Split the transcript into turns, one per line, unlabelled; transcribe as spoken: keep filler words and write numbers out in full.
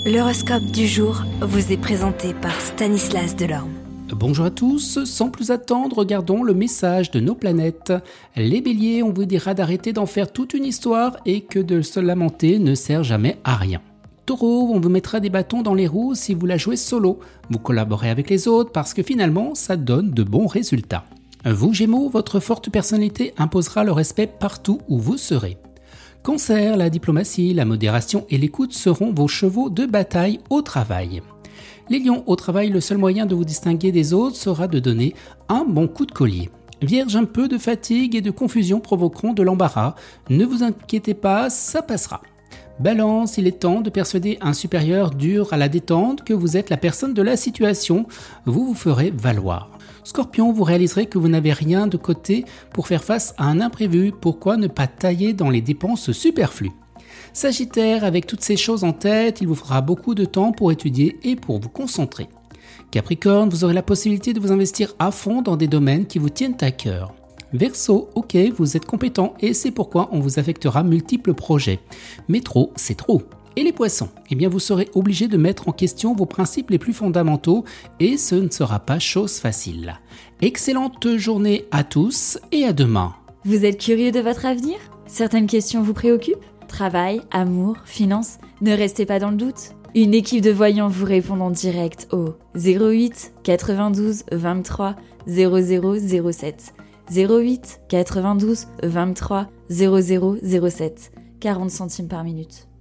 L'horoscope du jour vous est présenté par Stanislas Delorme.
Bonjour à tous, sans plus attendre, regardons le message de nos planètes. Les béliers, on vous dira d'arrêter d'en faire toute une histoire et que de se lamenter ne sert jamais à rien. Taureau, on vous mettra des bâtons dans les roues si vous la jouez solo. Vous collaborez avec les autres parce que finalement, ça donne de bons résultats. Vous Gémeaux, votre forte personnalité imposera le respect partout où vous serez. Cancer, la diplomatie, la modération et l'écoute seront vos chevaux de bataille au travail. Les lions, au travail, le seul moyen de vous distinguer des autres sera de donner un bon coup de collier. Vierge, un peu de fatigue et de confusion provoqueront de l'embarras. Ne vous inquiétez pas, ça passera. Balance, il est temps de persuader un supérieur dur à la détente que vous êtes la personne de la situation. Vous vous ferez valoir. Scorpion, vous réaliserez que vous n'avez rien de côté pour faire face à un imprévu. Pourquoi ne pas tailler dans les dépenses superflues ? Sagittaire, avec toutes ces choses en tête, il vous faudra beaucoup de temps pour étudier et pour vous concentrer. Capricorne, vous aurez la possibilité de vous investir à fond dans des domaines qui vous tiennent à cœur. Verseau, ok, vous êtes compétent et c'est pourquoi on vous affectera multiples projets. Mais trop, c'est trop. Et les poissons, eh bien vous serez obligé de mettre en question vos principes les plus fondamentaux et ce ne sera pas chose facile. Excellente journée à tous et à demain.
Vous êtes curieux de votre avenir ? Certaines questions vous préoccupent ? Travail, amour, finances ? Ne restez pas dans le doute. Une équipe de voyants vous répond en direct au zéro huit quatre-vingt-douze vingt-trois zéro zéro zéro sept. zéro huit quatre-vingt-douze vingt-trois zéro zéro zéro sept. quarante centimes par minute.